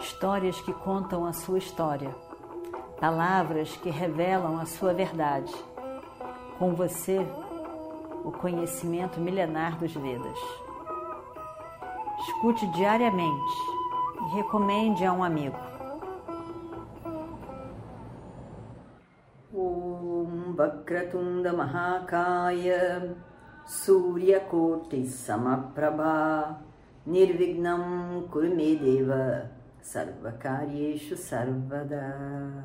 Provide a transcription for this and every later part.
Histórias que contam a sua história, palavras que revelam a sua verdade. Com você, o conhecimento milenar dos Vedas. Escute diariamente e recomende a um amigo. Om Vakratunda Mahakaya Suryakoti Samaprabha Nirvignam Kurumedeva Sarvakaryeshu Sarvada.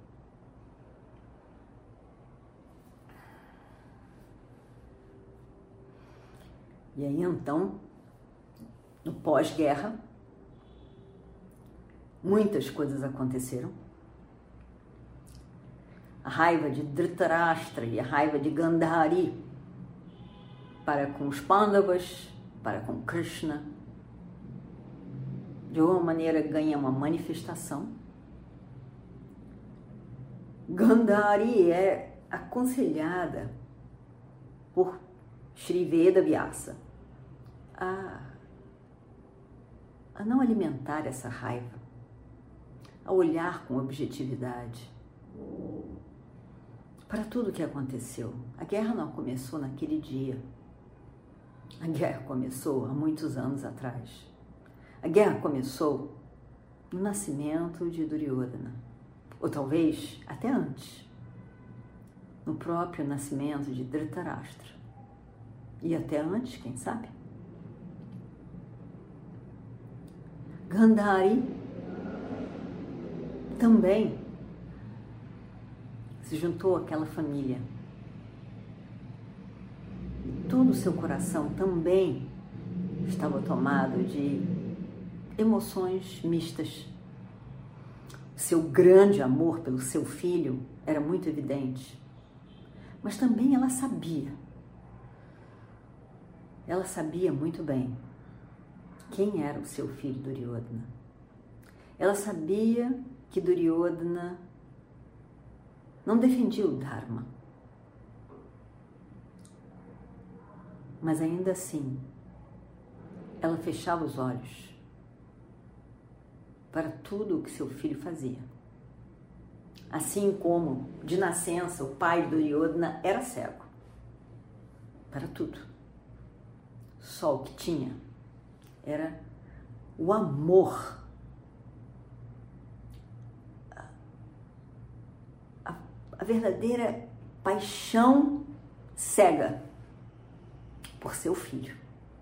E aí então, no pós-guerra, muitas coisas aconteceram. A raiva de Dhritarashtra e a raiva de Gandhari para com os Pandavas, para com Krishna, de alguma maneira ganha uma manifestação. Gandhari é aconselhada por Shri Veda Vyasa a não alimentar essa raiva, a olhar com objetividade para tudo o que aconteceu. A guerra não começou naquele dia. A guerra começou há muitos anos atrás. A guerra começou no nascimento de Duryodhana, ou talvez até antes, no próprio nascimento de Dhritarashtra. E até antes, quem sabe? Gandhari também se juntou àquela família. E todo o seu coração também estava tomado de emoções mistas. Seu grande amor pelo seu filho era muito evidente. Mas também ela sabia muito bem quem era o seu filho Duryodhana. Ela sabia que Duryodhana não defendia o Dharma. Mas ainda assim, ela fechava os olhos para tudo o que seu filho fazia. Assim como, de nascença, o pai de Duryodhana era cego para tudo. Só o que tinha era o amor, a verdadeira paixão cega por seu filho.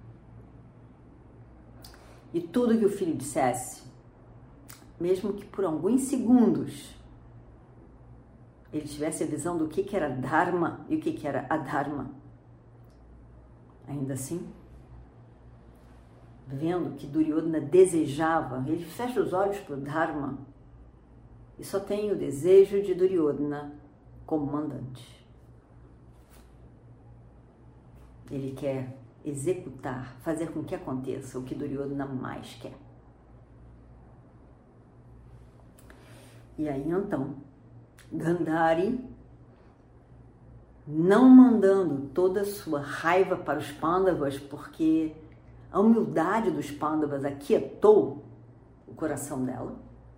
E tudo que o filho dissesse, mesmo que por alguns segundos ele tivesse a visão do que era Dharma e o que era Adharma, ainda assim, vendo que Duryodhana desejava, ele fecha os olhos para o Dharma e só tem o desejo de Duryodhana como mandante. Ele quer executar, fazer com que aconteça o que Duryodhana mais quer. E aí então, Gandhari, não mandando toda a sua raiva para os Pandavas, porque a humildade dos Pandavas aquietou o coração dela.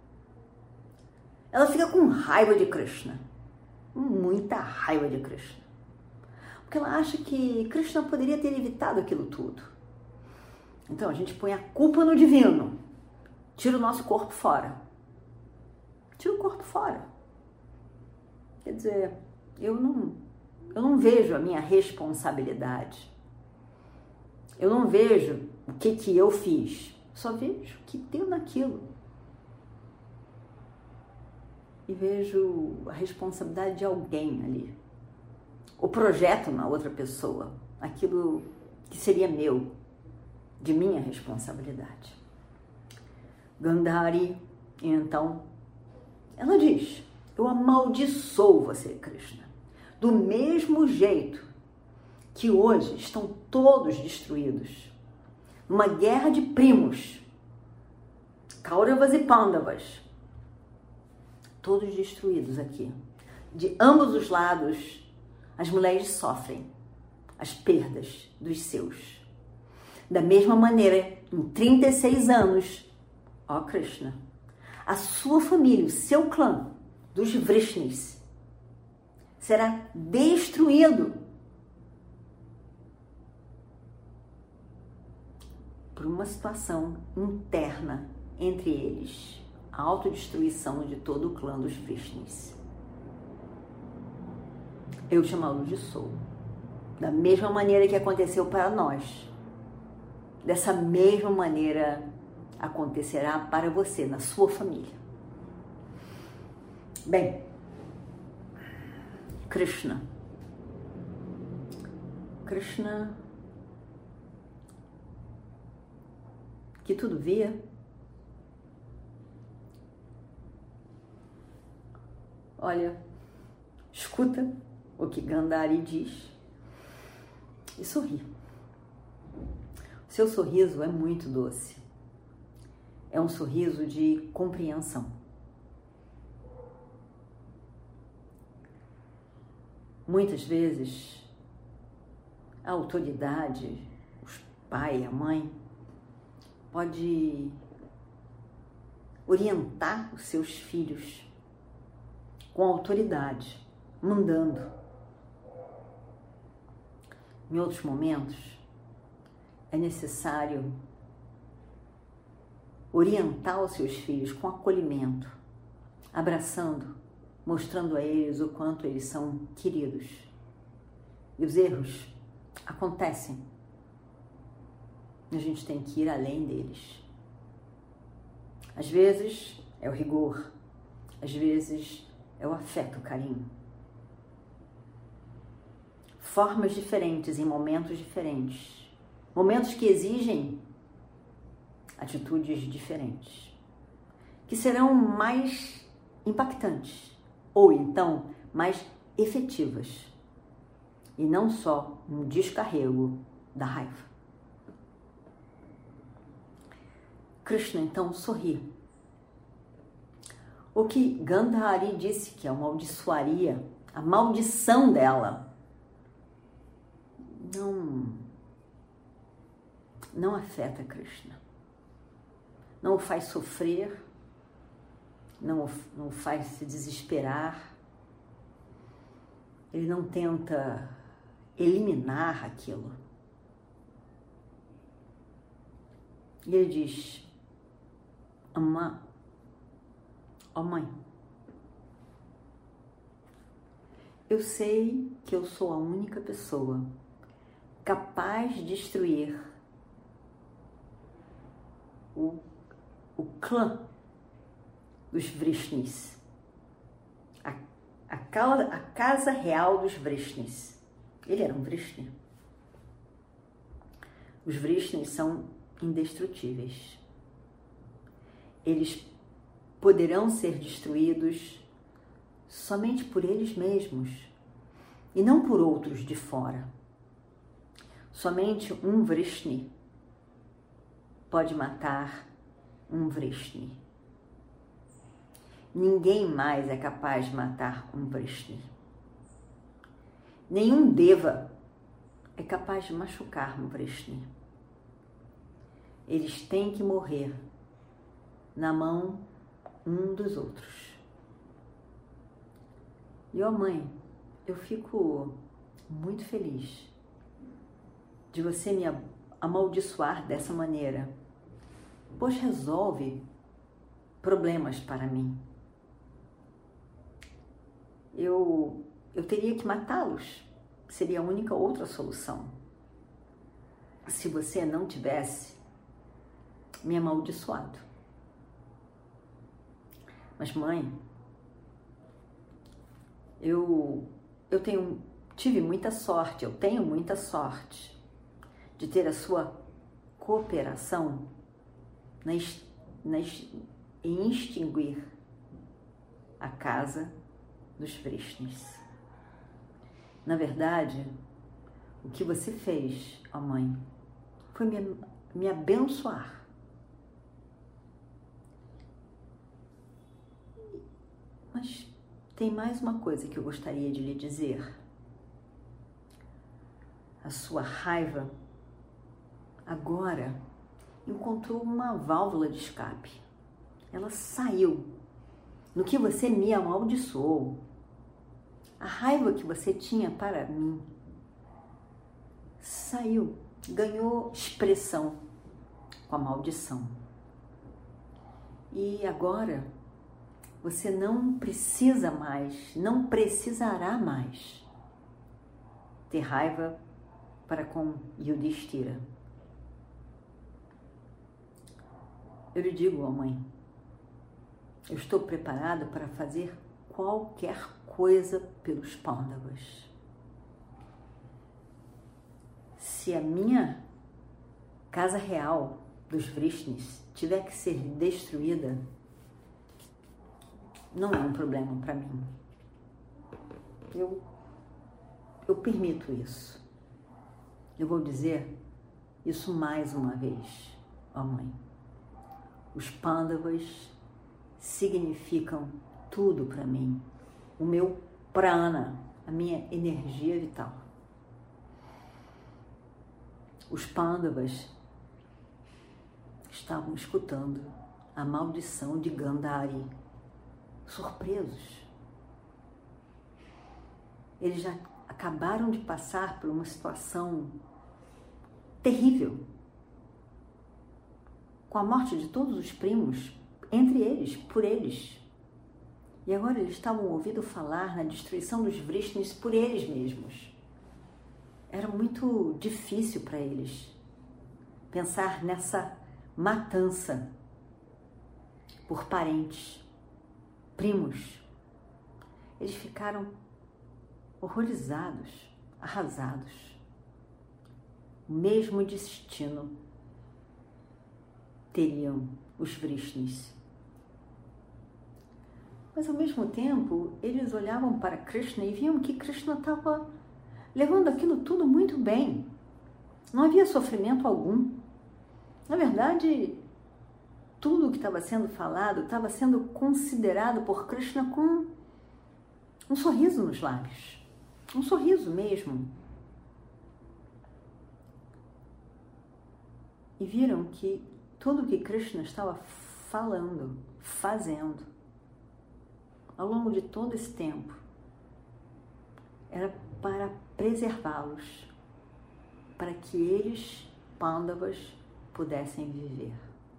Ela fica com raiva de Krishna, muita raiva de Krishna, porque ela acha que Krishna poderia ter evitado aquilo tudo. Então a gente põe a culpa no divino, tira o nosso corpo fora. Tira o corpo fora. Quer dizer, eu não vejo a minha responsabilidade. Eu não vejo o que eu fiz. Só vejo o que deu naquilo. E vejo a responsabilidade de alguém ali. O projeto na outra pessoa. Aquilo que seria meu, de minha responsabilidade. Gandhari, então, ela diz: eu amaldiçoo você, Krishna, do mesmo jeito que hoje estão todos destruídos, numa guerra de primos, Kauravas e Pandavas, todos destruídos aqui. De ambos os lados, as mulheres sofrem as perdas dos seus. Da mesma maneira, em 36 anos, ó Krishna, a sua família, o seu clã dos Vrishnis será destruído por uma situação interna entre eles, a autodestruição de todo o clã dos Vrishnis. Eu te amaldiçoo. Da mesma maneira que aconteceu para nós, dessa mesma maneira acontecerá para você, na sua família. Bem, Krishna, que tudo via, olha, escuta o que Gandhari diz e sorri. O seu sorriso é muito doce. É um sorriso de compreensão. Muitas vezes, a autoridade, os pai, a mãe, pode orientar os seus filhos com autoridade, mandando. Em outros momentos, é necessário orientar os seus filhos com acolhimento, abraçando, mostrando a eles o quanto eles são queridos. E os erros acontecem. A gente tem que ir além deles. Às vezes é o rigor, às vezes é o afeto, o carinho. Formas diferentes em momentos diferentes. Momentos que exigem atitudes diferentes, que serão mais impactantes ou então mais efetivas e não só um descarrego da raiva. Krishna então sorri. O que Gandhari disse que amaldiçoaria, a maldição dela, não afeta Krishna. Não o faz sofrer, não o faz se desesperar. Ele não tenta eliminar aquilo. E ele diz: ó mãe, eu sei que eu sou a única pessoa capaz de destruir o clã dos Vrishnis, a casa real dos Vrishnis. Ele era um Vrishni. Os Vrishnis são indestrutíveis. Eles poderão ser destruídos somente por eles mesmos e não por outros de fora. Somente um Vrishni pode matar um Vrishni. Ninguém mais é capaz de matar um Vrishni. Nenhum Deva é capaz de machucar um Vrishni. Eles têm que morrer na mão um dos outros. E, ó mãe, eu fico muito feliz de você me amaldiçoar dessa maneira, pois resolve problemas para mim. Eu teria que matá-los, seria a única outra solução. Se você não tivesse me amaldiçoado. Mas, mãe, eu tive muita sorte, eu tenho muita sorte de ter a sua cooperação em extinguir a casa dos Vrishnis. Na verdade, o que você fez, ó mãe, foi me abençoar. Mas tem mais uma coisa que eu gostaria de lhe dizer. A sua raiva agora encontrou uma válvula de escape. ela saiu no que você me amaldiçoou. A raiva que você tinha para mim saiu, ganhou expressão com a maldição. E agora você não precisa mais, não precisará mais ter raiva para com Yudhishthira. Eu lhe digo, ó mãe, eu estou preparado para fazer qualquer coisa pelos Pandavas. Se a minha casa real dos Vrishnis tiver que ser destruída, não é um problema para mim. Eu permito isso. Eu vou dizer isso mais uma vez, ó mãe. Os Pandavas significam tudo para mim. O meu prana, a minha energia vital. Os Pandavas estavam escutando a maldição de Gandhari, surpresos. Eles já acabaram de passar por uma situação terrível, com a morte de todos os primos, entre eles, por eles. E agora eles estavam ouvindo falar na destruição dos Vrishnis por eles mesmos. Era muito difícil para eles pensar nessa matança por parentes, primos. Eles ficaram horrorizados, arrasados. O mesmo destino teriam os Vrishnis. Mas ao mesmo tempo, eles olhavam para Krishna e viam que Krishna estava levando aquilo tudo muito bem. Não havia sofrimento algum. Na verdade, tudo o que estava sendo falado estava sendo considerado por Krishna com um sorriso nos lábios. Um sorriso mesmo. E viram que tudo o que Krishna estava falando, fazendo, ao longo de todo esse tempo, era para preservá-los, para que eles, Pandavas, pudessem viver.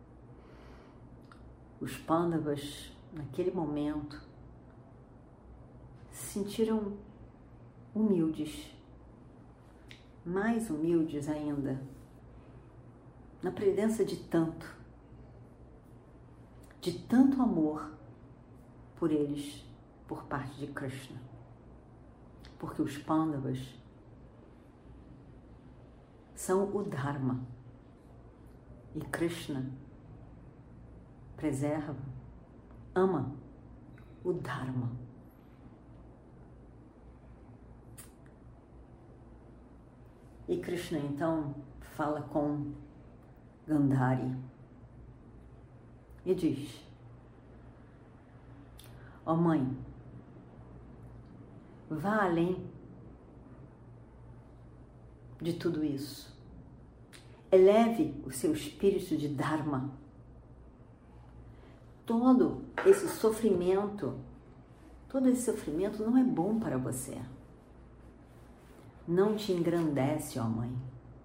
Os Pandavas, naquele momento, se sentiram humildes, mais humildes ainda, na presença de tanto amor por eles, por parte de Krishna. Porque os Pandavas são o Dharma e Krishna preserva, ama o Dharma. E Krishna então fala com Gandhari e diz: ó mãe, vá além de tudo isso. Eleve o seu espírito de Dharma. Todo esse sofrimento não é bom para você. Não te engrandece, ó mãe.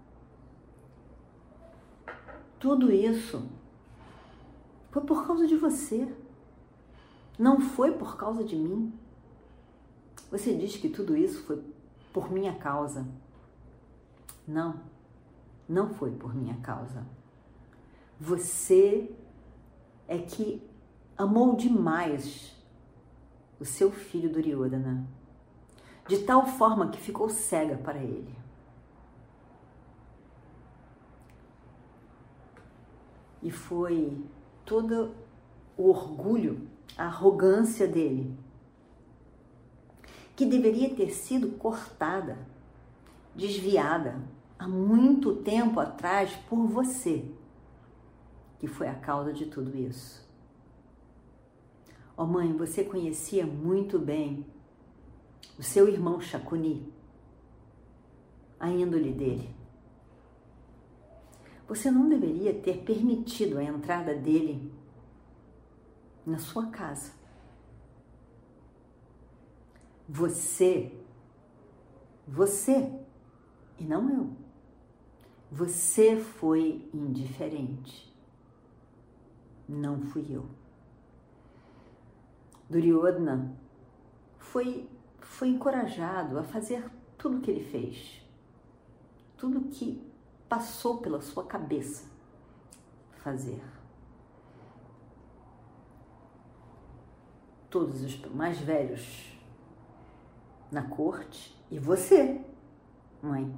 Tudo isso foi por causa de você. Não foi por causa de mim. Você diz que tudo isso foi por minha causa. Não, não foi por minha causa. Você é que amou demais o seu filho Duryodhana, de tal forma que ficou cega para ele. E foi todo o orgulho, a arrogância dele, que deveria ter sido cortada, desviada há muito tempo atrás por você, que foi a causa de tudo isso. Ó mãe, você conhecia muito bem o seu irmão Shakuni, a índole dele. Você não deveria ter permitido a entrada dele na sua casa. Você, e não eu. Você foi indiferente. Não fui eu. Duryodhana foi encorajado a fazer tudo o que ele fez. Tudo que passou pela sua cabeça fazer. Todos os mais velhos na corte e você, mãe.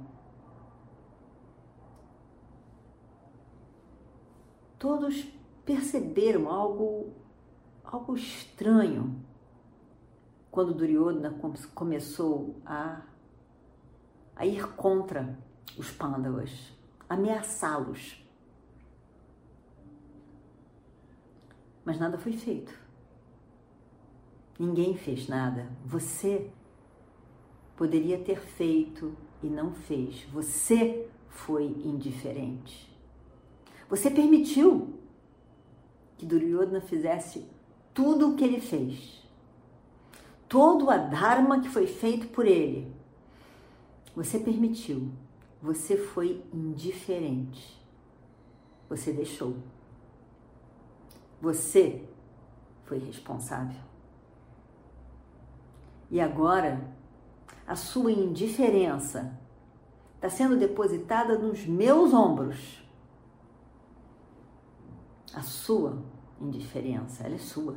Todos perceberam algo estranho quando Duryodhana começou a ir contra os Pandavas, ameaçá-los. Mas nada foi feito. Ninguém fez nada. Você poderia ter feito e não fez. Você foi indiferente. Você permitiu que Duryodhana fizesse tudo o que ele fez. Todo o adharma que foi feito por ele. Você permitiu. Você foi indiferente. Você deixou. Você foi responsável. E agora, a sua indiferença está sendo depositada nos meus ombros. A sua indiferença, ela é sua.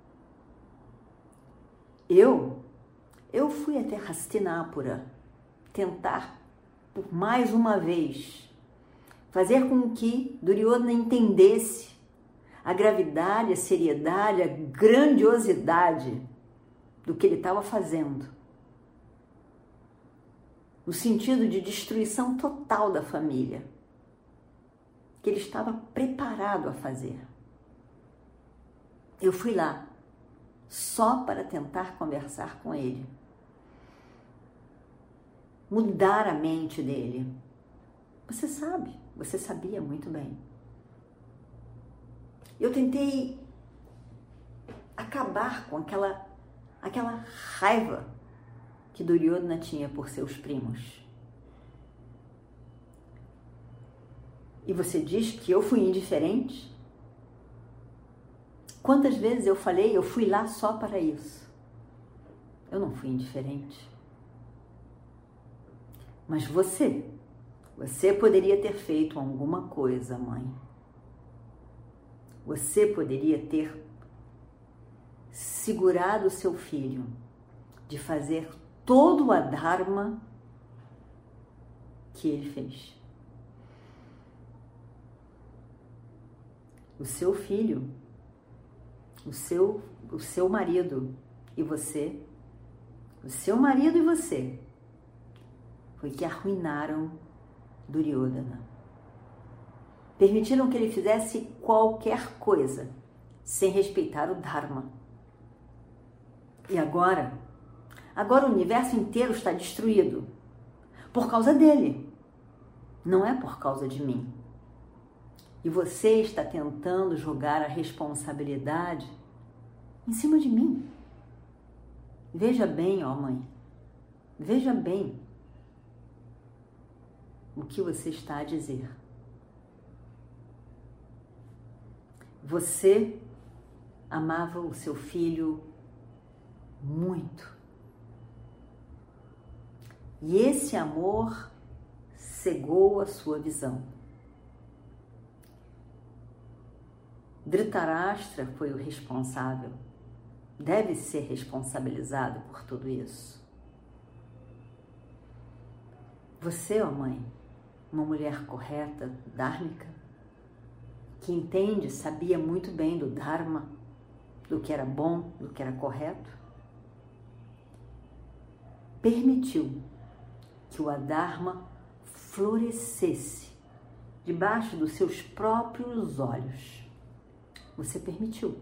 Eu fui até Hastinapura tentar, por mais uma vez, fazer com que Duryodhana entendesse a gravidade, a seriedade, a grandiosidade do que ele estava fazendo. No sentido de destruição total da família, que ele estava preparado a fazer. Eu fui lá só para tentar conversar com ele, mudar a mente dele. Você sabe, você sabia muito bem. Eu tentei acabar com aquela raiva que Duryodhana tinha por seus primos. E você diz que eu fui indiferente? Quantas vezes eu falei, eu fui lá só para isso? Eu não fui indiferente. Mas você poderia ter feito alguma coisa, mãe. Você poderia ter segurado seu filho de fazer todo o adharma que ele fez. O seu filho, o seu marido e você, o seu marido e você, foi que arruinaram Duryodhana. Permitiram que ele fizesse qualquer coisa sem respeitar o Dharma. E agora o universo inteiro está destruído por causa dele, não é por causa de mim. E você está tentando jogar a responsabilidade em cima de mim. Veja bem, ó mãe, veja bem o que você está a dizer. Você amava o seu filho muito. E esse amor cegou a sua visão. Dhritarashtra foi o responsável, deve ser responsabilizado por tudo isso. Você, ó mãe, uma mulher correta, dhármica, que entende, sabia muito bem do Dharma, do que era bom, do que era correto, permitiu que o Adharma florescesse debaixo dos seus próprios olhos. Você permitiu.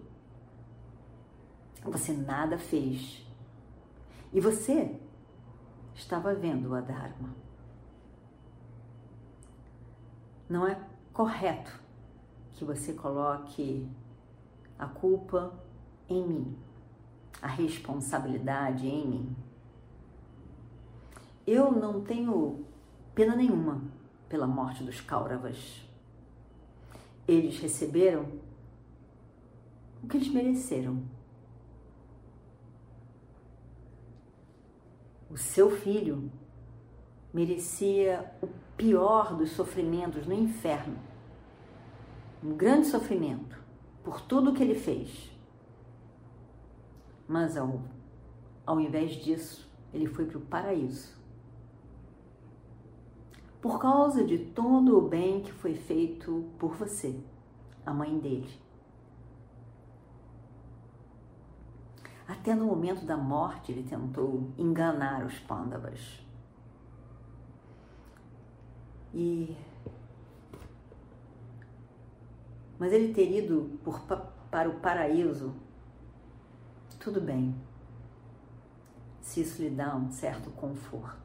Você nada fez. E você estava vendo o Adharma. Não é correto que você coloque a culpa em mim, a responsabilidade em mim. Eu não tenho pena nenhuma pela morte dos Kauravas. Eles receberam o que eles mereceram. O seu filho merecia o pior dos sofrimentos no inferno. Um grande sofrimento por tudo que ele fez. Mas ao invés disso, ele foi para o paraíso. Por causa de todo o bem que foi feito por você, a mãe dele. Até no momento da morte ele tentou enganar os Pandavas. Mas ele ter ido para o paraíso, tudo bem, se isso lhe dá um certo conforto.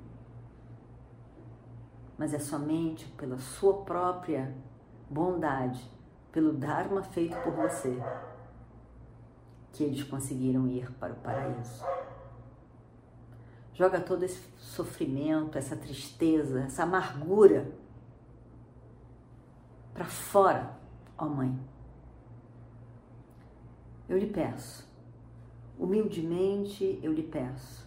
Mas é somente pela sua própria bondade, pelo Dharma feito por você, que eles conseguiram ir para o paraíso. Joga todo esse sofrimento, essa tristeza, essa amargura para fora, ó Mãe. Eu lhe peço, humildemente eu lhe peço,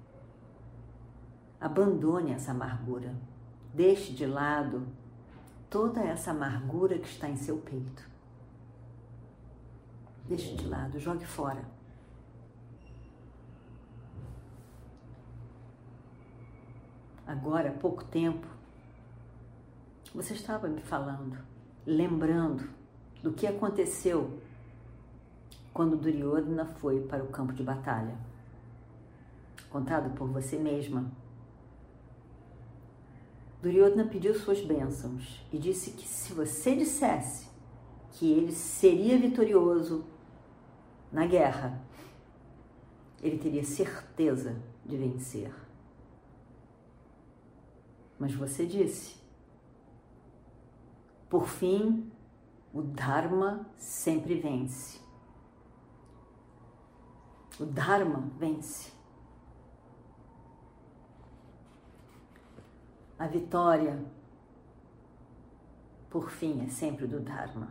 abandone essa amargura, deixe de lado toda essa amargura que está em seu peito. Deixe de lado, jogue fora. Agora, há pouco tempo, você estava me falando, lembrando do que aconteceu quando Duryodhana foi para o campo de batalha. Contado por você mesma. Duryodhana pediu suas bênçãos e disse que se você dissesse que ele seria vitorioso na guerra, ele teria certeza de vencer. Mas você disse, por fim, o Dharma sempre vence. O Dharma vence. A vitória, por fim, é sempre do Dharma.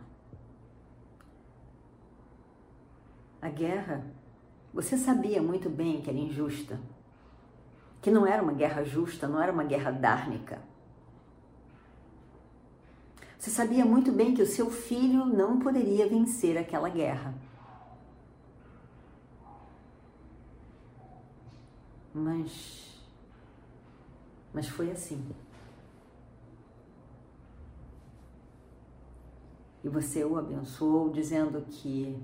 A guerra, você sabia muito bem que era injusta, que não era uma guerra justa, não era uma guerra dármica. Você sabia muito bem que o seu filho não poderia vencer aquela guerra. Mas foi assim. E você o abençoou dizendo que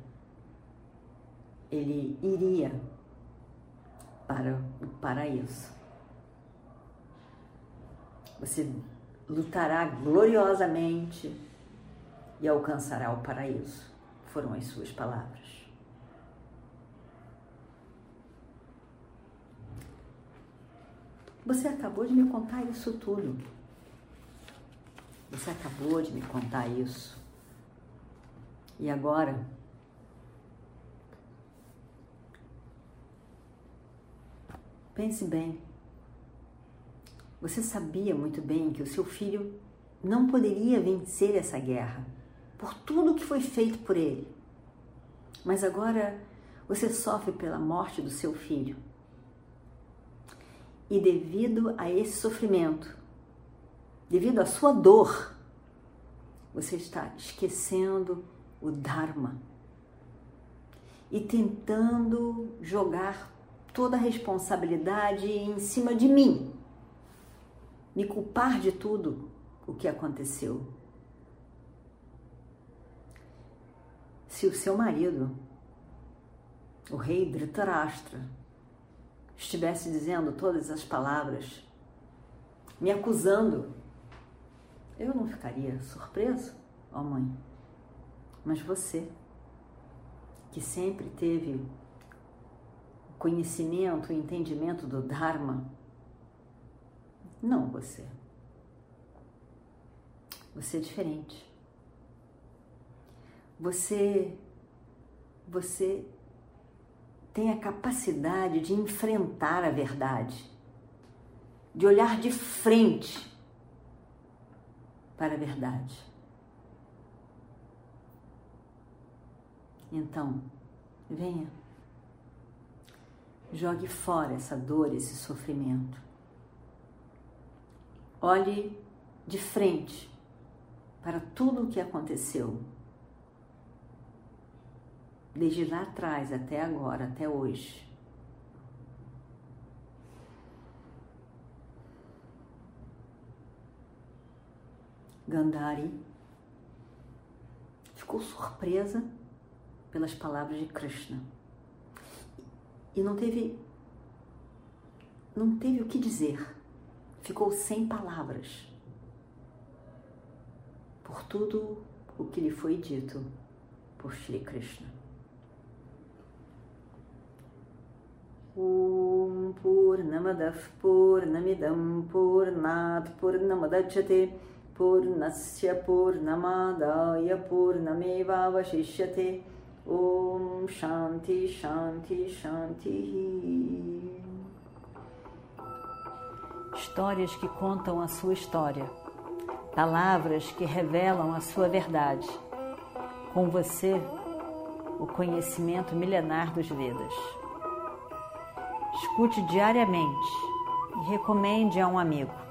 ele iria para o paraíso. Você lutará gloriosamente e alcançará o paraíso. Foram as suas palavras. Você acabou de me contar isso tudo. Você acabou de me contar isso. E agora, pense bem. Você sabia muito bem que o seu filho não poderia vencer essa guerra por tudo que foi feito por ele. Mas agora você sofre pela morte do seu filho. E devido a esse sofrimento, devido à sua dor, você está esquecendo o Dharma e tentando jogar toda a responsabilidade em cima de mim, me culpar de tudo o que aconteceu. Se o seu marido, o rei Dhritarashtra, estivesse dizendo todas as palavras, me acusando, eu não ficaria surpreso, ó mãe. Mas você, que sempre teve o conhecimento, o entendimento do Dharma, não você. Você é diferente. Você você tem a capacidade de enfrentar a verdade, de olhar de frente para a verdade. Então, venha, jogue fora essa dor, esse sofrimento. Olhe de frente para tudo o que aconteceu, desde lá atrás até agora, até hoje. Gandhari ficou surpresa pelas palavras de Krishna e não teve o que dizer, ficou sem palavras por tudo o que lhe foi dito por Shri Krishna. Om Purnamadav Purnamidam Purnat Purnamadachyate Purnasya Purnamadaya Purnamevavashishyate. Om Shanti Shanti Shanti. Histórias que contam a sua história, palavras que revelam a sua verdade. Com você, o conhecimento milenar dos Vedas. Escute diariamente e recomende a um amigo.